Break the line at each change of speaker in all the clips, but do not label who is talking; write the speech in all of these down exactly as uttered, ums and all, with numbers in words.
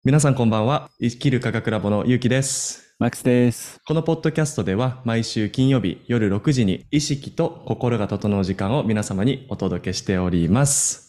皆さんこんばんは。生きる科学ラボのゆうきです。
マックスです。
このポッドキャストでは毎週金曜日夜ろくじに意識と心が整う時間を皆様にお届けしております。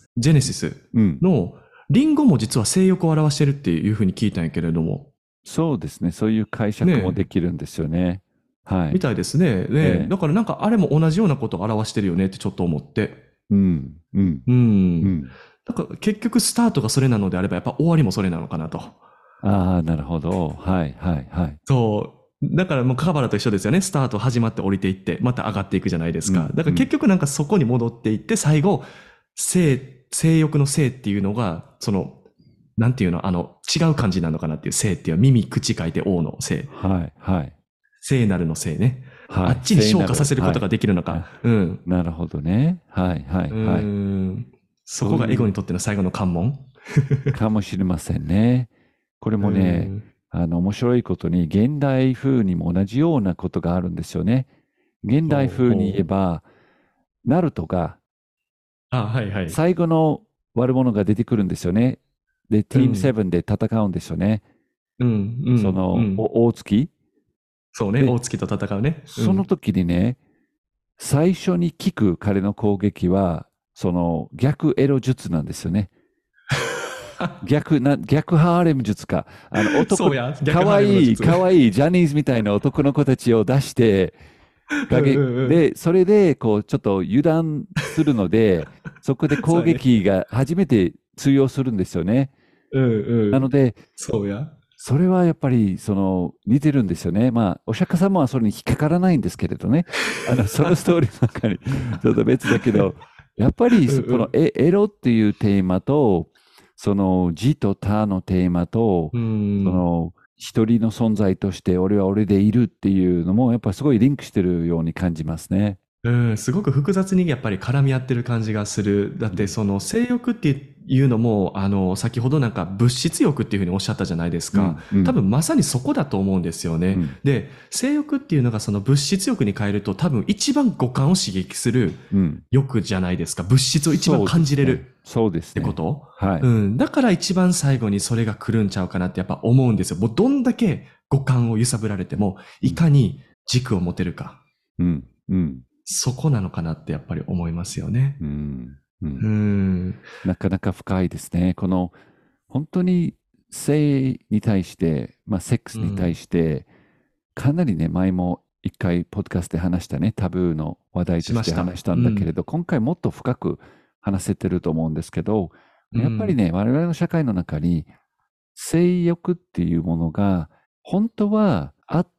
ジェネシス
うん。
のリンゴも実は性欲を表してるっていうふうに聞いたんやけれども。
そうですね。そういう解釈もで
ね
きるんですよね。は
え、み
い。
たいですね。ねえ、
ええ。
だからなんかあれも同じようなことを表してるよねってちょっと思って。
うん。うん。
うん。
うん。
なんか結局スタートがそれなのであればやっぱ終わりもそれなのかなと。
ああ、なるほど。はい、はい、はい。
そう。だからもうカバラと一緒ですよね。スタート始まって降りていって、また上がっていくじゃないですか。
うん。
だから結
うん。
局なんかそこに戻っていって、最後、性、性欲の性っていうのが、その、なんていうの、あの、違う感じなのかなっていう性っていうのは耳、口書いて王の性。
はい、はい。
聖なるの性ね。あ
はい。
っちに昇華さ
聖なる。はい。
せることができるのか。
あ、
うん。
なるほどね。はい、は
う
い、はい。
ーん。そこがエゴに
そういう
とっての最後の関門。
かもしれませんね。これ
うー
もね、
ん。
あの、面白いことに、現代風にも同じようなことがあるんですよね。現代
ほう
風に言え
ほう。
ば、ナルトが
あ、はいはい。
最後の悪者が出てくるんですよね。で、
うん。
ティームセブンで戦うんですよね。
うん、うん、う
その、
ん。
お大月。
そうね、
で、
大月と戦うね。う
その
ん。
時にね、最初に効く彼の攻撃は、その逆エロ術なんですよね。逆な、逆ハーレム術か。あの、男、
そうや、逆
か
ハー
わいい、
レムの術。
かわいい、ジャニーズみたいな男の子たちを出して、
うんう
影、
んうん。
で、それで、こう、ちょっと油断するので、そこで攻
そうやね。
撃が初めて通用するんですよね。
うんうん。
なので、
そうや。
それはやっぱり、その、似てるんですよね。まあ、お釈迦様はそれに引っかからないんですけれどね。あの、そのストーリーの中に、ちょっと別だけど、やっぱり、
うん
この
うん。
エエロっていうテーマと、その、自と他のテーマと、
うーん。
その、一人の存在として、俺は俺でいるっていうのも、やっぱりすごいリンクしてるように感じますね。
うん、すごく複雑にやっぱり絡み合ってる感じがする。だって
うん。
その性欲っていうのも、あの、先ほどなんか物質欲っていうふうにおっしゃったじゃないですか。
うん、うん、
多分まさにそこだと思うんですよね。
うん、
で、性欲っていうのがその物質欲に変えると多分一番五感を刺激する
うん。
欲じゃないですか。物質を一番
そうで
感じれる
すね。そうで
ってこ
すね。
と。
はい。
うん。だから一番最後にそれが来るんちゃうかなってやっぱ思うんですよ。もうどんだけ五感を揺さぶられても、い
うん、
かに軸を持てるか。
うん、うん、
そこなのかなってやっぱり思いますよね。
うん、う
うー
ん。
ん。
なかなか深いですね。この、本当に性に対して、まあ、セックスに対
うん。
して、かなりね、前も一回、ポッドキャストで話したね、タブーの話題と
しました。
して話した
うん。
んだけれど、今回もっと深く話せてると思うんですけど、
うん。
やっぱりね、我々の社会の中に、性欲っていうものが、本当はあって、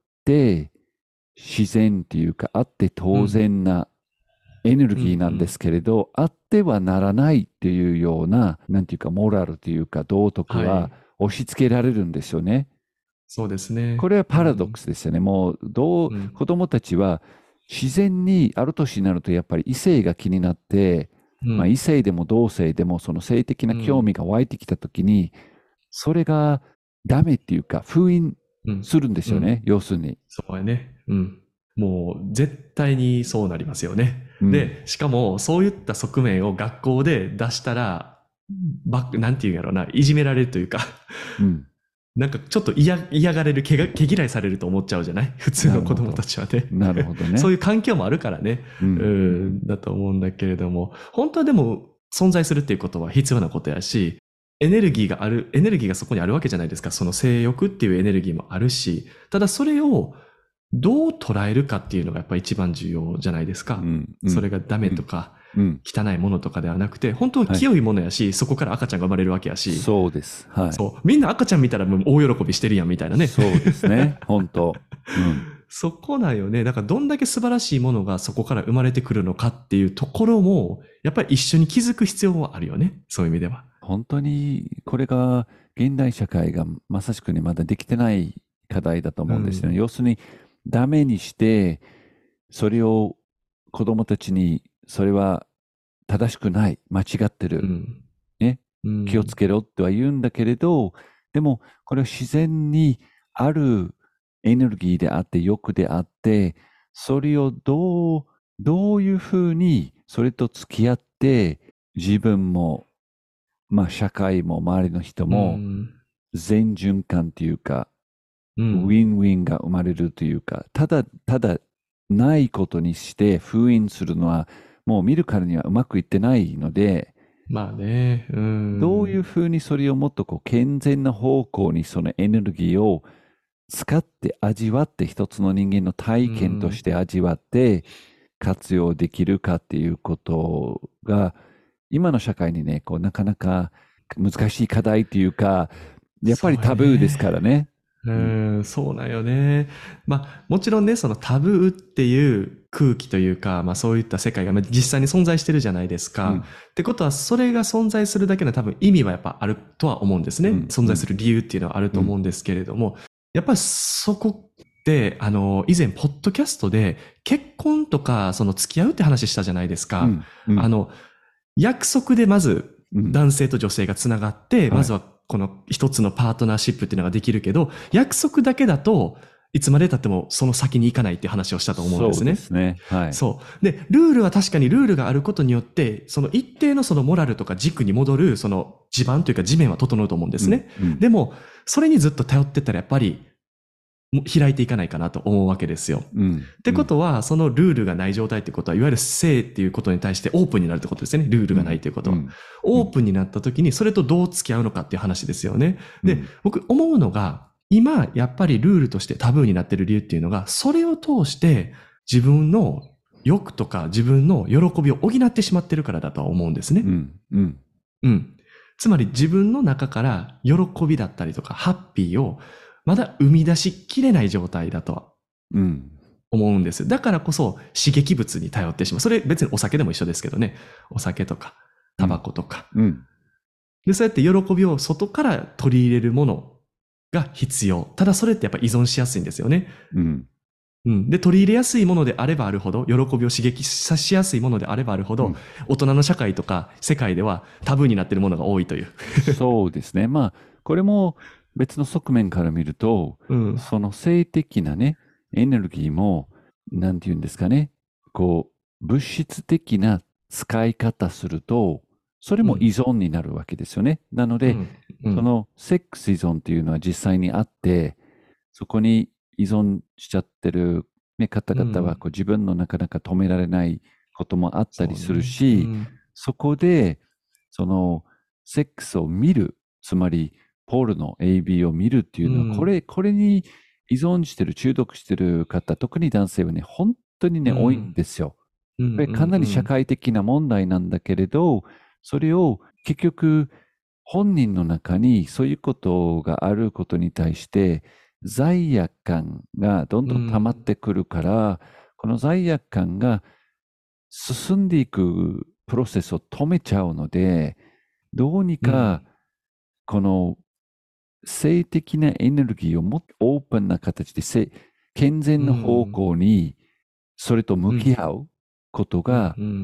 自然っていうか、あって当
うん。
然なエネル
うん。
ギーなんで
うん。
すけれど、あってはならないっていうような、なんていうか、モラルというか、道徳は
はい。
押し付けられるんですよね。
そうですね。
これはパラドッ
うん。
クスですよね。もう、どう、
うん。
子供たちは自然にある年になるとやっぱり異性が気になって、まあ、異
うん。
性でも同性でもその性的な興味
うん。
が湧いてきたときに、それがダメっていうか封印
うん。
するんです
うん。
よね。要するに。
そうやね。うん。もう絶対にそうなりますよね。
うん。
で、しかもそういった側面を学校で出したら、ば、なんていうんやろうな、いじめられるというか、
うん。
なんかちょっと嫌、嫌がれる、毛が、毛嫌いされると思っちゃうじゃない普通の子供た
なるほど。
ちはね。
なるほどね。
そういう環境もあるからね。
うん。
う
うん。
ん、だと思うんだけれども、本当はでも存在するっていうことは必要なことやし、エネルギーがある、エネルギーがそこにあるわけじゃないですか。その性欲っていうエネルギーもあるし、ただそれをどう捉えるかっていうのがやっぱ一番重要じゃないですか。
うん。うん。
それがダメ
うん。
とか、
うん。
汚いものとかではなくて、本当は
はい。
清いものやし、そこから赤ちゃんが生まれるわけやし、
そうです。はい。
そう。みんな赤ちゃん見たらもう大喜びしてるやんみたいなね。
そうですね。本当。うん。
そこなんよね。だからどんだけ素晴らしいものがそこから生まれてくるのかっていうところも、やっぱり一緒に気づく必要はあるよね。そういう意味では。
本当に、これが現代社会がまさしくにまだできてない課題だと
うん。
思うんですよね。要するに、ダメにして、それを子供たちに、それは正しくない、間違ってる、
うん。
ね、
うん。
気をつけろっては言うんだけれど、でも、これは自然にあるエネルギーであって、欲であって、それをどう、どういうふうにそれと付き合って、自分も、まあ、社会も周りの人
う
も
ん。
全循環というか、
うん。
ウィンウィンが生まれるというか、ただ、ただ、ないことにして封印するのは、もう見るからにはうまくいってないので、
まあね。う
どういう
ん。
ふうにそれをもっとこう健全な方向にそのエネルギーを使って味わって一つの人間の
う
体験とし
ん。
て味わって活用できるかっていうことが今の社会にね、こうなかなか難しい課題というか、やっぱり
そうや
タブーですから
ね。
ね。
う
うん。
ん、そうなんよね。まあ、もちろんね、そのタブーっていう空気というか、まあそういった世界がまあ実際に存在してるじゃないですか。
うん。
ってことは、それが存在するだけの多分意味はやっぱあるとは思うんですね。
うん。
存在す
うん。
る理由っていうのはあると思
うん。
うんですけれども、やっぱりそこって、あの、以前、ポッドキャストで結婚とか、その付き合うって話したじゃないですか。
うん。うん。
あの、約束でまず
うん。
男性と女性がつながって、ま
はい。
ずはこの一つのパートナーシップっていうのができるけど、約束だけだといつまで経ってもその先に行かないっていう話をしたと思うんで
そう
すね。
ですね。はい。
そう。で、ルールは確かにルールがあることによって、その一定のそのモラルとか軸に戻る、その地盤というか地面は整うと思うんで
うん。
すね。
うん。
でも、それにずっと頼ってったらやっぱりもう開いていかないかなと思うわけですよ。
うん。
って
うん。
ことは、そのルールがない状態ってことは、いわゆる性っていうことに対してオープンになるってことですね。ルールがない
うん。
ということは。
うん。う
オー
ん。
プンになった時に、それとどう付き合うのかっていう話ですよね。で、
うん。
僕思うのが、今、やっぱりルールとしてタブーになってる理由っていうのが、それを通して自分の欲とか自分の喜びを補ってしまってるからだとは思うんですね。
うん。うん。
うん。つまり自分の中から喜びだったりとかハッピーをまだ生み出しきれない状態だとは
うん。
思うんです。だからこそ刺激物に頼ってしまう。それ別にお酒でも一緒ですけどね。お酒とか、タバ
うん。
コとか。
うん。
で、そうやって喜びを外から取り入れるものが必要。ただそれってやっぱ依存しやすいんですよね。
うん。
うん。で、取り入れやすいものであればあるほど、喜びを刺激さしやすいものであればあるほど、
うん。
大人の社会とか世界ではタブーになっているものが多いという。
そうですね。まあ、これも別の側面から見ると、
うん。
その性的なね、エネルギーも、なんて言うんですかね、こう、物質的な使い方すると、それも依
うん。
存になるわけですよね。なので、
うん。うん。
そのセックス依存っていうのは実際にあって、そこに依存しちゃってる、ね、方
うん。
々はこう自分のなかなか止められないこともあったりする
そうね。う
し、
ん。
そこで、その、セックスを見る、つまり、ポルノ、エービー を見るっていうのは、こ
うん。
れ、これに依存してる、中毒してる方、特に男性はね、本当にね、多いん
うん。
ですよ。
うん。う
これかなり社
ん。
会的な問題なんだけれど、それを結局、本人の中にそういうことがあることに対して、罪悪感がどん
う
どん溜まっ
ん。
てくるから、この罪悪感が進んでいくプロセスを止めちゃうので、どうに
うん。う
か、
ん。
この性的なエネルギーをもっとオープンな形で、せ健全
う
な方
ん。
向に、それと向
うん。
き合うこと
うん。
が
うん。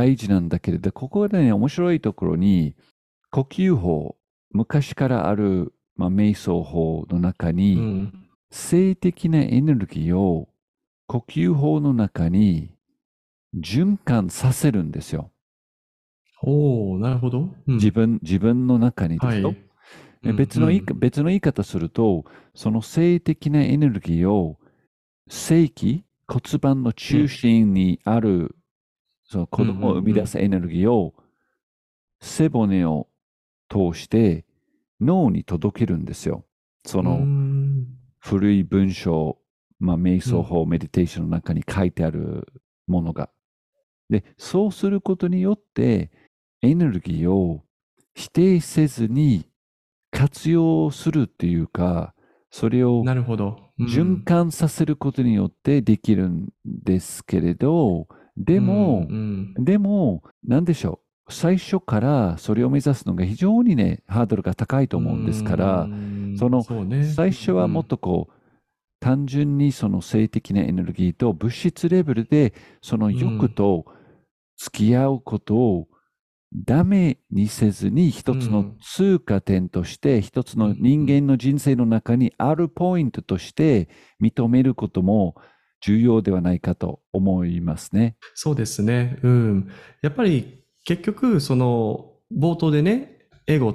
大事なんだけれど、ここでね、面白いところに、呼吸法、昔からある、まあ、瞑想法の中に、
うん。
性的なエネルギーを呼吸法の中に循環させるんですよ。
おー、なるほど。うん。
自分、自分の中にですよ。
はい。うん。
別の言い、
うん。
別の言い方すると、その性的なエネルギーを性器、骨盤の中
うん。
心にある、その
うん。
子供を生み
うん。
出すエネルギーを背骨を通して脳に届けるんですよ。そ
うん。うー
の
ん。
古い文章、まあ、瞑
うん。
想法、メディテーションの中に書いてあるものが。で、そうすることによって、エネルギーを否定せずに活用するっていうか、それを
なるほど。う
循
ん。
環させることによってできるんですけれど、で
うん。う
も、
ん。
でも、なんでしょう。最初からそれを目指すのが非常にね、ハードルが高いと
うー
思うんですから、そ
ん。
の、
そうね。
最初はもっ
うん。
とこう、単純にその性的なエネルギーと物質レベルでその
うん。うん。
欲と付き合うことをダメにせずに一つの
うん。
通過点として一つ
うん。
の人
うん。
間の人生の中にあるポイントとして認めることも重要ではないかと思いますね。
そうですね。うん。やっぱり結局、その冒頭でね、エゴっ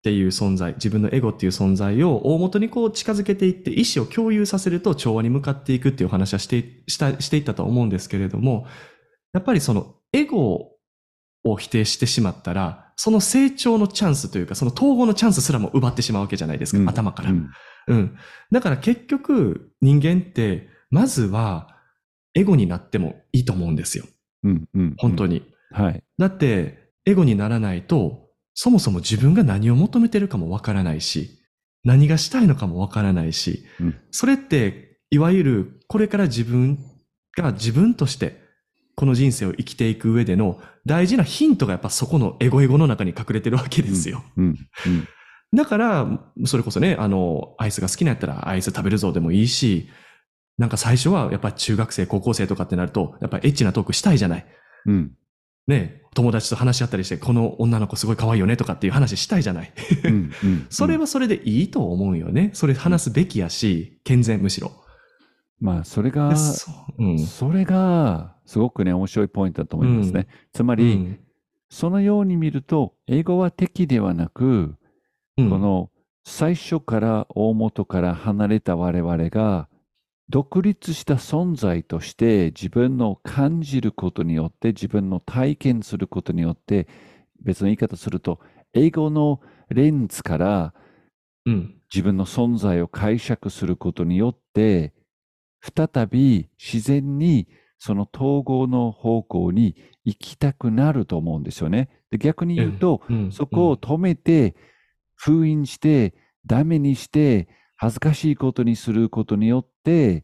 っていう存在、自分のエゴっていう存在を大元にこう近づけていって意思を共有させると調和に向かっていくっていうお話はしてしたしていったと思うんですけれども、やっぱりそのエゴを否定してしまったら、その成長のチャンスというか、その統合のチャンスすらも奪ってしまうわけじゃないですか、
うん
頭から。
うん。
うん。だから結局、人間って、まずは、エゴになってもいいと思うんですよ。
うんうんうん。
本当に。
はい。
だって、エゴにならないと、そもそも自分が何を求めてるかもわからないし、何がしたいのかもわからないし、
うん
それって、いわゆる、これから自分が自分として、この人生を生きていく上での大事なヒントがやっぱそこのエゴエゴの中に隠れてるわけですよ。
うんうん
だから、それこそね、あの、アイスが好きなんやったらアイス食べるぞでもいいし、なんか最初はやっぱ中学生、高校生とかってなると、やっぱエッチなトークしたいじゃない。
うん
ね、友達と話し合ったりして、この女の子すごい可愛いよねとかっていう話したいじゃない。
うんうん
それはそれでいいと思うよね。それ話すべきやし、健全むしろ。
まあ、それ
で
が、
そううん。
それが、すごくね、面白いポイントだと思いますね。つまり、
うん。
そのように見ると、英語は敵ではなく、
うん。
この最初から大元から離れた我々が、独立した存在として自分の感じることによって、自分の体験することによって、別の言い方すると、英語のレンズから
うん。
自分の存在を解釈することによって、再び自然にその統合の方向に行きたくなると思うんですよね。で、逆に言うと、
うん。
そこを止めて、封印して、ダメにして、恥ずかしいことにすることによって、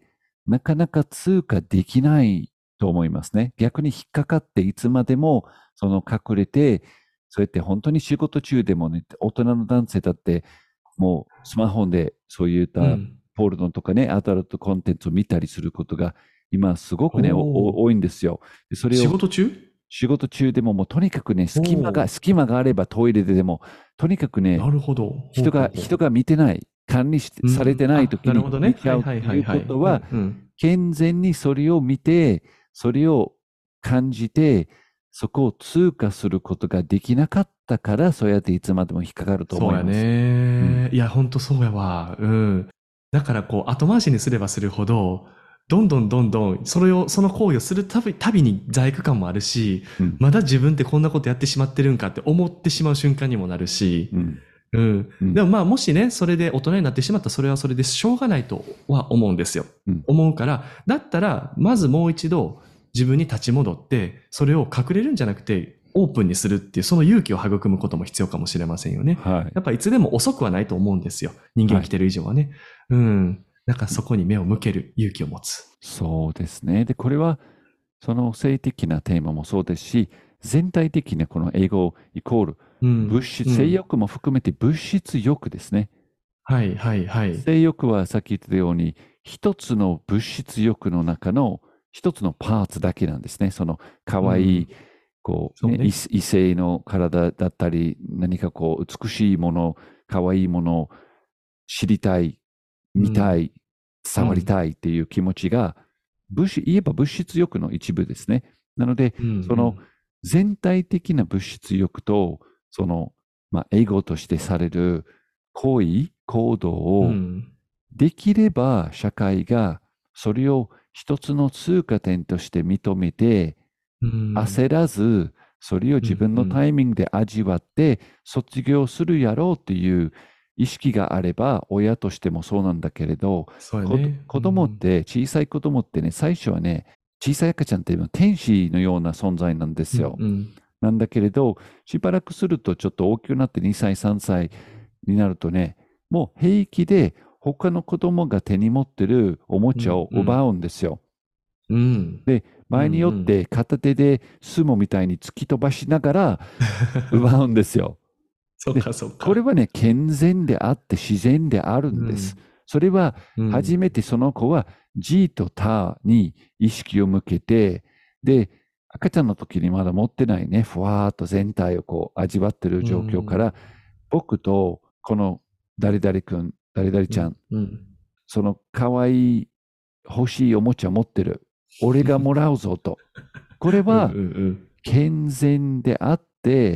なかなか通過できないと思いますね。逆に引っかかっていつまでもその隠れて、そうやって本当に仕事中でもね、大人の男性だってもうスマホでそういった
うん。
ポルノとかね、アダルトコンテンツを見たりすることが今すごくね、お
おー
多いんですよ。でそれ
仕
を
事中
仕事中でももうとにかくね、隙間が、
おー
隙間があればトイレででも、とにかくね、
なるほど。
人が、
ほうほうほう
人が見てない、管理し
うん
されてない
あ、
時に
なるほどね。
見ち
はい
ゃうっていう
はいはいはい。
ことは、
うんうん
健全にそれを見て、それを感じて、そこを通過することができなかったから、そうやっていつまでも引っかかると
そうや
思います。うん。
ね。いや、ほんとそうやわ。うん。だからこう、後回しにすればするほど、どんどんどんどん、それを、その行為をするたび、たびに罪悪感もあるし、
うん。
まだ自分ってこんなことやってしまってるんかって思ってしまう瞬間にもなるし、
うん。
うん。
うん。
でもまあ、もしね、それで大人になってしまったらそれはそれでしょうがないとは思うんですよ。
うん。
思うから、だったら、まずもう一度自分に立ち戻って、それを隠れるんじゃなくて、オープンにするっていう、その勇気を育むことも必要かもしれませんよね。
はい。
やっぱいつでも遅くはないと思うんですよ。人間生きてる以上はね。うん。なんかそこに目を向ける勇気を持つ。
そうですね。で、これは、その性的なテーマもそうですし、全体的なこの英語イコール、
うん。
物質、
うん
性欲も含めて物質欲ですね。
はいはいはい。
性欲はさっき言ったように、一つの物質欲の中の一つのパーツだけなんですね。その可愛い、
うん
こう、
そうね
ね異異性の体だったり、何かこう、美しいもの、可愛いものを知りたい、見たい、触りたいっていう気持ちが、物質、言えば物質欲の一部ですね。なので、
うん
その全体的な物質欲と、その、まあ、エゴとしてされる行為、行動
うんう
を、
ん
できれば社会がそれを一つの通過点として認めて、
うん
焦らず、それを自分のタイミングで味わって卒業するやろうっていう意識があれば、親としてもそうなんだけれど、こ
そうやね。
子供って、小さい子供ってね、最初はね、小さい赤ちゃんっていうのは天使のような存在なんですよ。
うんうん
なんだけれど、しばらくするとちょっと大きくなってにさい、さんさいになるとね、もう平気で他の子供が手に持ってるおもちゃを奪うんですよ。
うん
で、場合によって片手で相撲みたいに突き飛ばしながら奪うんですよ。
そっ
で、
かそっか。
これはね、健全であって自然であるんです。それは
うん
初めてその子は G と他に意識を向けて、で、赤ちゃんの時にまだ持ってないね、ふわーっと全体をこう味わってる状況から、僕とこの誰々君、誰々ちゃん、
うん
その可愛い欲しいおもちゃ持ってる。俺がもらうぞと。これは
うんうん
健全であって、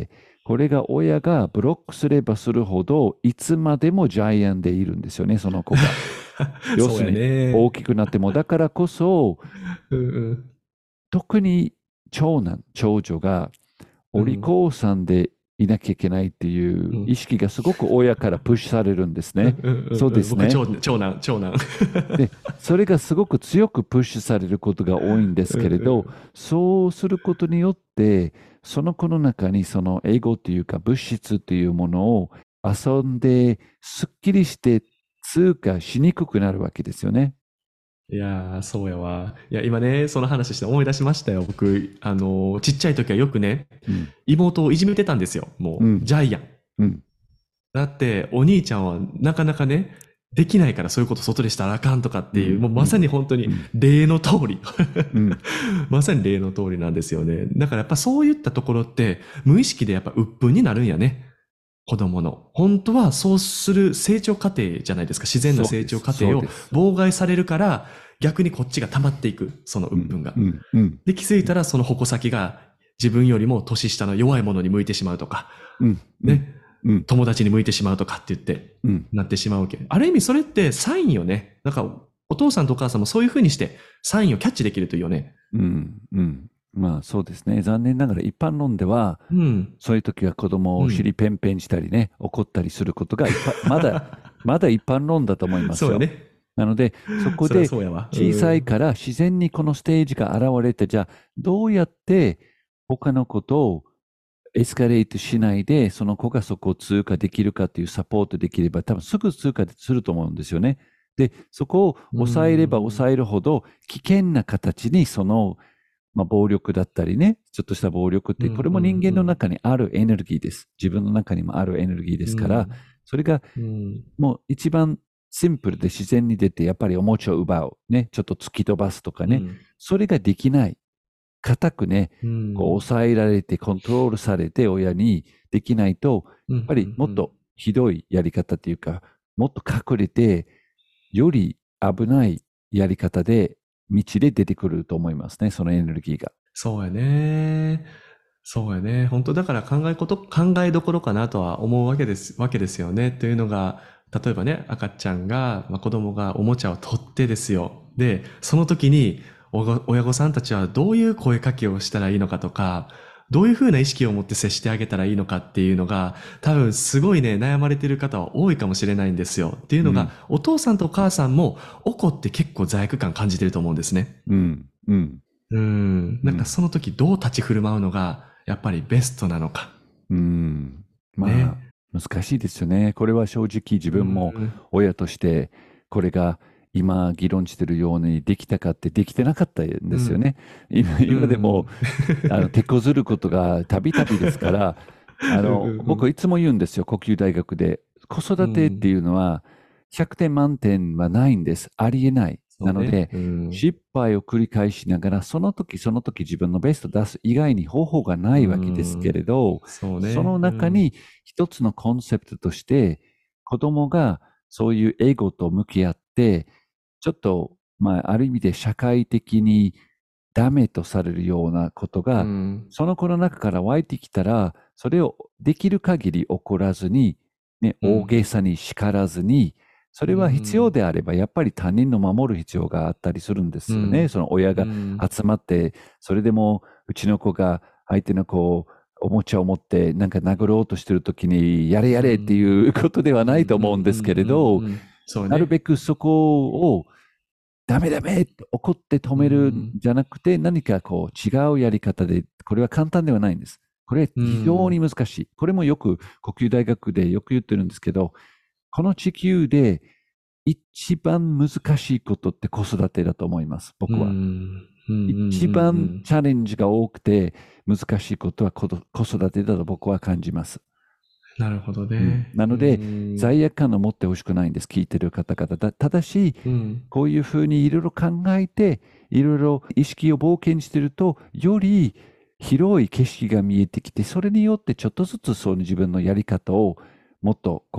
これが親がブロックすればするほど、いつまでもジャイアンでいるんですよね、その子が。要
そうや
するに、大
ね。
きくなっても、だからこそ、
うん
特に長男、長女がお利
うん。
口さんでいなきゃいけないっていう
うん。
意識がすごく親からプッシュされるんですね。
うんうんうん
そう
うん。僕、
ですね。
長長男、長男。
で、それがすごく強くプッシュされることが多いんです
うん
けれど、
うん。
そうすることによって、その子の中にその英語というか物質というものを遊んで、すっきりして通過しにくくなるわけですよね。
いやー、そうやわ。いや、今ね、その話して思い出しましたよ。僕、あのーちっちゃい時はよくね、
うん、
妹をいじめてたんですよ。もう、
うん、
ジャイアン。
うん、
だって、お兄ちゃんはなかなかね、できないからそういうこと外でしたらあかんとかっていう、
うん、
もうまさ
うん、
に本当に
うん、
例の通り。
うん、
まさに例の通りなんですよね。だからやっぱそういったところって無意識でやっぱ鬱憤になるんやね。子供の。本当はそうする成長過程じゃないですか。自然な成長
そうです、
過程を
そうです。
妨害されるから逆にこっちが溜まっていく。その
うん、
鬱憤が。
うん、うん、
で、気づいたらその矛先が自分よりも年下の弱い者に向いてしまうとか、
うん、うん、
ね。
うん、
友達に向いてしまうとかって言って、
うん、
なってしまうわけ。ある意味それってサインよね。なんか、お父さんとお母さんもそういう風にしてサインをキャッチできるといいよね。
うん、うん。まあそうですね。残念ながら一般論では、
うん。
そういう時は子供を尻
うん。
ペンペンしたりね、怒ったりすることがいっぱい、まだ、まだ一般論だと思いますよ。
そうやね。
なので、そこ
そりゃ
で
そうやわ。う
小さい
ん。
から自然にこのステージが現れて、じゃあどうやって他のことをエスカレートしないで、その子がそこを通過できるかっていうサポートできれば、多分すぐ通過すると思うんですよね。で、そこを
う
抑えれば
ん。
抑えるほど、危険な形にその、まあ、暴力だったりね、ちょっとした暴力って、
うん。
これも人間の中にあるエネルギーです。自分の中にもあるエネルギーで
う
すから、
ん。
それが
うん。
もう一番シンプルで自然に出て、やっぱりおもちゃを奪う。ね、ちょっと突き飛ばすとかね、
うん。
それができない。固くね、
う
こう
ん。
抑えられて、コントロールされて親にできないと、
うん。う
やっぱりもっ
ん。
とひどいやり方っていうか、もっと隠れて、より危ないやり方で、道で出てくると思いますね、そのエネルギーが。
そうやね。そうやね。本当だから考えこと、考えどころかなとは思うわけです、わけですよね。というのが、例えばね、赤ちゃんが、まあ、子供がおもちゃを取ってですよ。で、その時に、おご親御さんたちはどういう声かけをしたらいいのかとか、どういうふうな意識を持って接してあげたらいいのかっていうのが、多分すごいね、悩まれてる方は多いかもしれないんですよ。っていうのが、
うん、
お父さんとお母さんも怒って結構罪悪感感じてると思うんですね。
うん、うん、
うん。なんか
うん、
その時どう立ち振る舞うのが、やっぱりベストなのか。
うん。ま
ね。
あ、難しいですよね。これは正直自
う
分も
ん。
親として、これが今議論しているようにできたかってできてなかったん
うん。
ですよね。今、
う
今でも、
ん。
あの、手こずることがたびたびですから、あ
うん
の、
うん。
僕はいつも言うんですよ、呼吸大学で。子
う
育てって
ん。
いうのは、ひゃくてん満点はないんです。ありえない。
そうね。
なので、
うん。
失敗を繰り返しながら、その時その時自分のベストを出す以外に方法がな
う
いわけですけ
ん。
れど、
そう
その
ね。うん。
中に一つのコンセプトとして、子供がそういうエゴと向き合って、ちょっと、まあ、ある意味で社会的にダメとされるようなこと
う
が、
ん。
その子の中から湧いてきたら、それをできる限り怒らずに、ね、
うん。
大げさに叱らずに、そ
う
れは必要
ん。
であれば、やっぱり他人の守る必要があったりするんですよね。
うん。
その親
う
が
ん。
集まって、それでもうちの子が相手の子をおもちゃを持ってなんか殴ろうとしてるときに、やれ
う
やれってい
ん。
うことでは
うん。
ないと思うんですけれど、
うん。そう
なるべ
ね。
くそこをダメダメって怒って止
う
めるん
ん。
じゃなくて、何かこう違うやり方で、これは簡単ではないんです。これ
う
非常に
ん。
難しい。これもよく呼吸大学でよく言ってるんですけど、この地球で一番難しいことって子育てだと思います、
うん。
僕は。
うん。うん。
一番
うん。
チャレンジが多くて難しいことは子子育てだと僕は感じます。
なるほど
うん、
ね。う
なので、
ん。
罪悪感を持ってほしくないんです、聞いてる方々。だただし、
うん。
こういうふうにいろいろ考えて、いろいろ意識を冒険してると、より広い景色が見えてきて、それによってちょっとずつその自分のやり方をもっとこ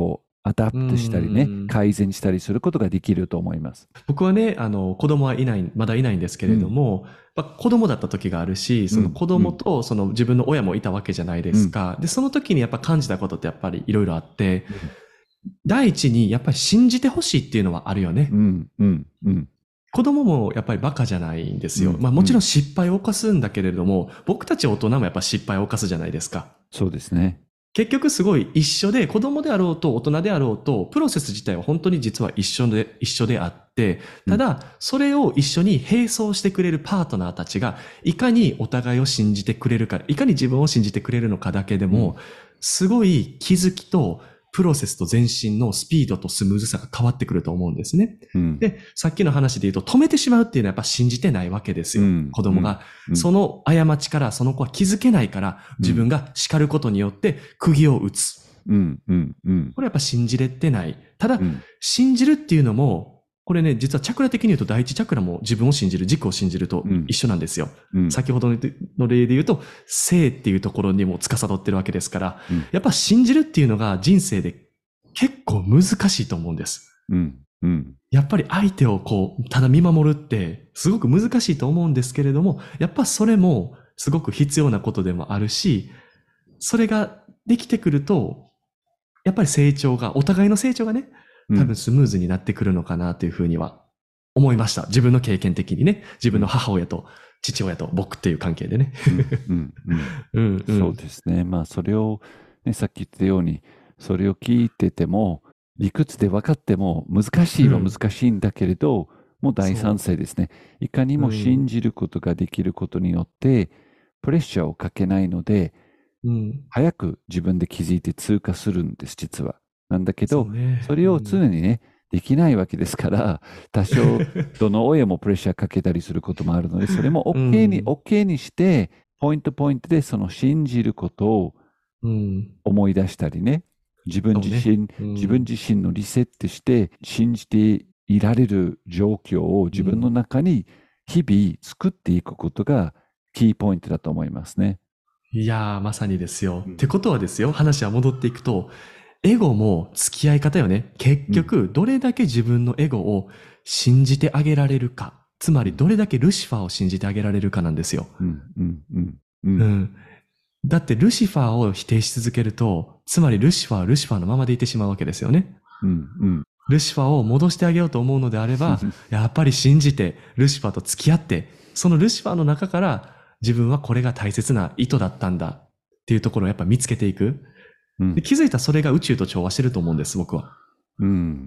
アダ
う
プトしたりね、
ん。
改善したりすることができると思います。
僕はね、あの、子供はいない、まだいないんですけれど
うん、
も、まあ、子供だった時があるし、その
うん、う
子供
ん、
とその自分の親もいたわけじゃないで
うん、
すか。で、その時にやっぱ感じたことってやっぱりいろいろあって、
うん、
第一にやっぱり信じてほしいっていうのはあるよね。
うん、うん、うん、
子供もやっぱりバカじゃないんですよ。
うん、
まあもちろん
うん、
失敗を犯すんだけれども、僕たち大人もやっぱ失敗を犯すじゃないですか。
そうですね。
結局すごい一緒で、子供であろうと大人であろうと、プロセス自体は本当に実は一緒で、一緒であって、
うん、
ただ、それを一緒に並走してくれるパートナーたちが、いかにお互いを信じてくれるか、いかに自分を信じてくれるのかだけで
うん、
も、すごい気づきと、プロセスと前進のスピードとスムーズさが変わってくると思うんですね。
うん、
で、さっきの話で言うと、止めてしまうっていうのはやっぱ信じてないわけですよ。
うん、うん、
子供が。
うん、
その過ちからその子は気づけないから、自分が叱ることによって釘を打つ。
うん、うん、うん、
これやっぱ信じれてない。ただ、
うん、
信じるっていうのも、これね、実はチャクラ的に言うと第一チャクラも自分を信じる、軸を信じると一緒なんですよ。
うん、
先ほどの例で言うと、生っていうところにも司ってるわけですから、
うん、
やっぱ信じるっていうのが人生で結構難しいと思うんです。
うん、うん、
やっぱり相手をこう、ただ見守るってすごく難しいと思うんですけれども、やっぱそれもすごく必要なことでもあるし、それができてくると、やっぱり成長が、お互いの成長がね、多分スムーズになってくるのかなというふうには思いました。自分の経験的にね、自分の母親と父親と僕っていう関係でね。
うん、うん、
うんう
そうんですね。まあ、それを、ね、さっき言ったように、それを聞いてても、理屈で分かっても、難しいは難しいんだけれど、もう大賛成ですね。いかにも信じることができることによって、プレッシャーをかけないので、
うん。
早く自分で気づいて通過するんです、実は。なんだけど、
そうね。
それを常にね、できないわけですから、多少、どの親もプレッシャーかけたりすることもあるので、それも
う
OK に、
ん。
OK にして、ポイントポイントでその信じることを
うん。
思い出したりね、自分
そうね。
自身、
うん
自分自身のリセットして、信じていられる状況を自分の中に日々作っていくことがキーポイントだと思いますね。
いやー、まさにですよ。
うん
ってことはですよ、話は戻っていくと、エゴも付き合い方よね。結局、どれだけ自分のエゴを信じてあげられるか。つまり、どれだけルシファーを信じてあげられるかなんですよ。
うん、うん、うん、う。
うんん。だって、ルシファーを否定し続けると、つまりルシファーはルシファーのままでいてしまうわけですよね。
うん、うん。
ルシファーを戻してあげようと思うのであれば、やっぱり信じて、ルシファーと付き合って、そのルシファーの中から自分はこれが大切な意図だったんだっていうところをやっぱ見つけていく。
うん
で気づいたらそれが宇宙と調和してると思うんです、僕は。
うん、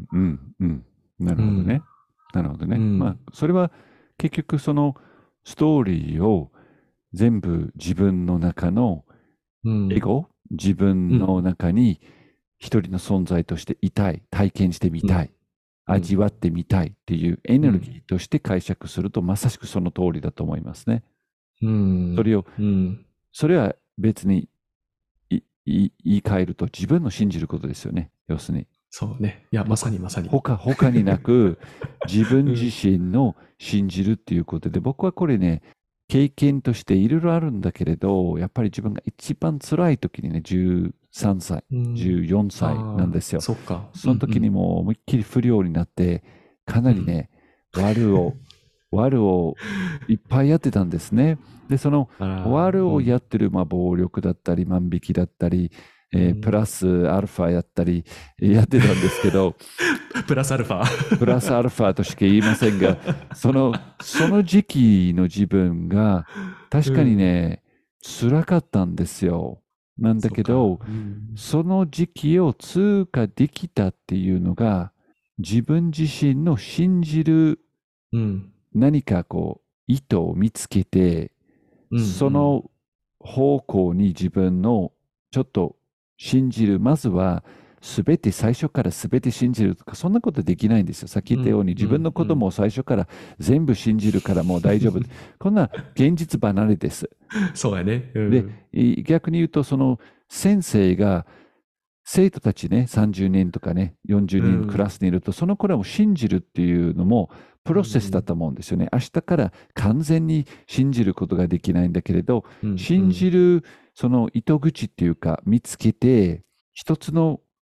うん、うん。なるほどね。なるほどね。
うん
まあ、それは結局そのストーリーを全部自分の中の
うん
エゴ、自分の中に一人の存在としていたい、体験してみたい、
うん
味わってみたいっていうエネルギーとして解釈すると、まさしくその通りだと思いますね。
うん
それを、
うん
それは別にいい言い換えると自分の信じることですよね。要するに。
そうね。いや、まさにまさに。
他、他になく、自分
うん
自身の信じるっていうことで、僕はこれね、経験としていろいろあるんだけれど、やっぱり自分が一番辛い時にね、じゅうさんさい、
うん
じゅうよんさいなんですよ。
あーそっか。
その時にもう思いっきり不良になって、かなりね、悪を、悪をいっぱいやってたんですね。で、その
うんうんあら
悪を
うん
やってる、まあ、暴力だったり、万引きだったり、えー
うん
プラスアルファやったり、やってたんですけど、
プラスアルファ。
プラスアルファとしか言いませんが、その、その時期の自分が確かにね、辛かったんですよ。なんだけど
そっか、うん
その時期を通過できたっていうのが、自分自身の信じる
うん
何かこう、意図を見つけて、
うん
その方向に自分のちょっと信じる。まずは、すべて最初からすべて信じるとか、そんなことできないんですよ。さっき言ったように、
うん
自分のことも最初から全部信じるからもう大丈夫。こんな現実離れです。
そうやね。うん
で、い逆に言うと、その先生が、生徒たちね、さんじゅうにんとかね、よんじゅうにんクラスにいると、その子らも信じるっていうのもプロセスだと思うんですよね。明日から完全に信じることができないんだけれど、
うん
信じるその糸口っていうか見つけて、一つの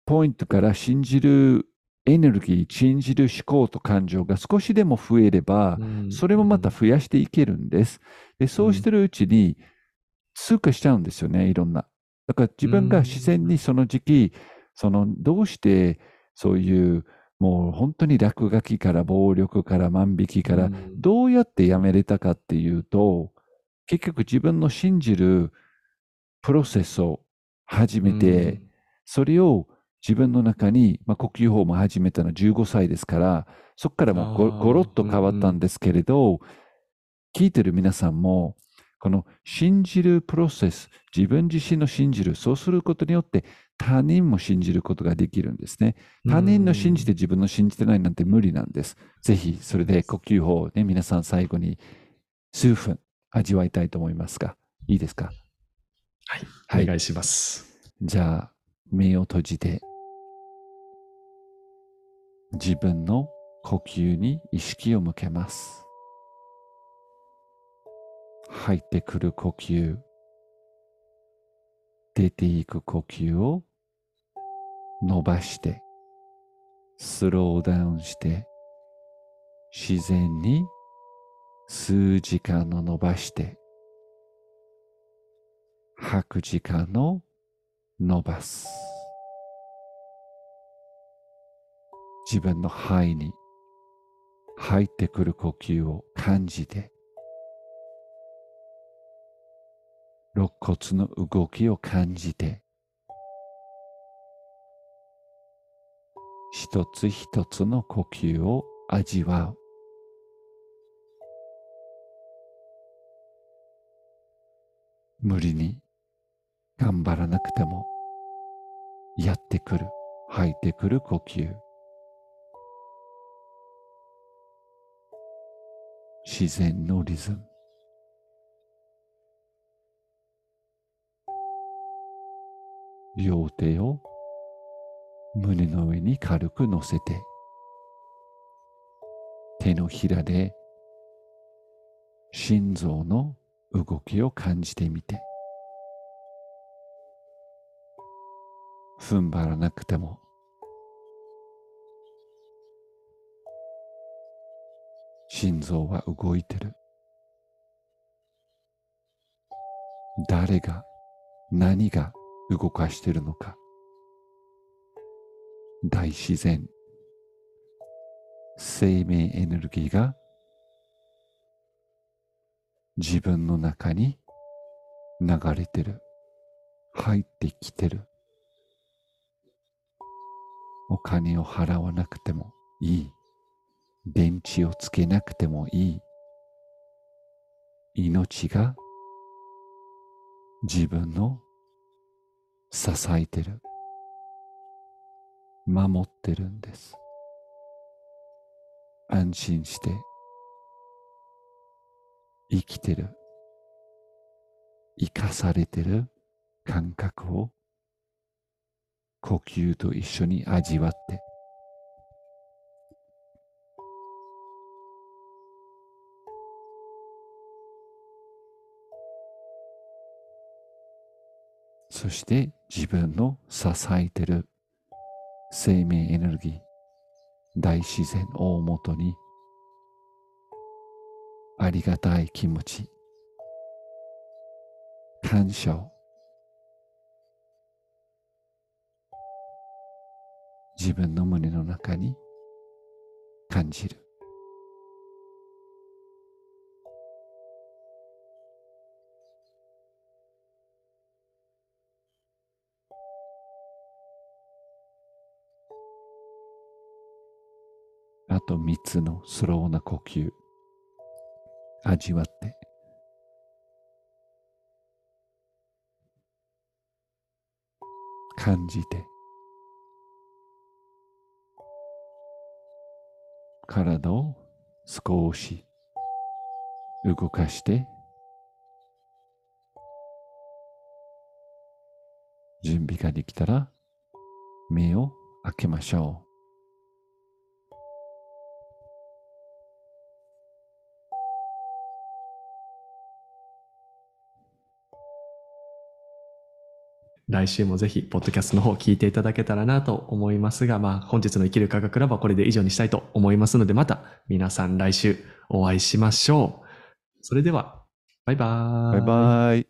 ポイントから信じるエネルギー、信じる思考と感情が少しでも増えれば、
うん
それもまた増やしていけるんです。で、そうしてるうちに通過しちゃうんですよね、いろんな。だから自分が自然にその時期、そのどうしてそういうもう本当に落書きから暴力から万引きからどうやってやめれたかっていうと、結局自分の信じるプロセスを始めて、それを自分の中に、まあ、呼吸法も始めたのはじゅうごさいですから、そこからもうごごろっと変わったんですけれど、聞いてる皆さんも、この信じるプロセス、自分自身の信じる、そうすることによって他人も信じることができるんですね。他人の信じて自分の信じてないなんて無理なんです。ぜひ、それで呼吸法をね、皆さん最後に数分味わいたいと思いますが、いいですか？
はい。
はい
お願いします。
じゃあ、目を閉じて、自分の呼吸に意識を向けます。入ってくる呼吸、出ていく呼吸を伸ばして、スローダウンして、自然に数時間を伸ばして、吐く時間を伸ばす。自分の肺に入ってくる呼吸を感じて、肋骨の動きを感じて、一つ一つの呼吸を味わう。無理に頑張らなくてもやってくる、吐いてくる呼吸。自然のリズム。両手を胸の上に軽く乗せて、手のひらで心臓の動きを感じてみて、踏ん張らなくても心臓は動いてる。誰が何が動かしてるのか。大自然、生命エネルギーが自分の中に流れてる。入ってきてる。お金を払わなくてもいい。電池をつけなくてもいい。命が自分の支えてる。守ってるんです。安心して生きてる。生かされてる感覚を呼吸と一緒に味わって、そして自分の支えてる生命エネルギー、大自然大元にありがたい気持ち、感謝を自分の胸の中に感じる。あと三つのスローな呼吸、味わって、感じて、体を少し動かして、準備ができたら目を開けましょう。
来週もぜひ、ポッドキャストの方聞いていただけたらなと思いますが、まあ、本日の生きる科学ラボはこれで以上にしたいと思いますので、また皆さん来週お会いしましょう。それでは、バイバーイ。
バイバイ。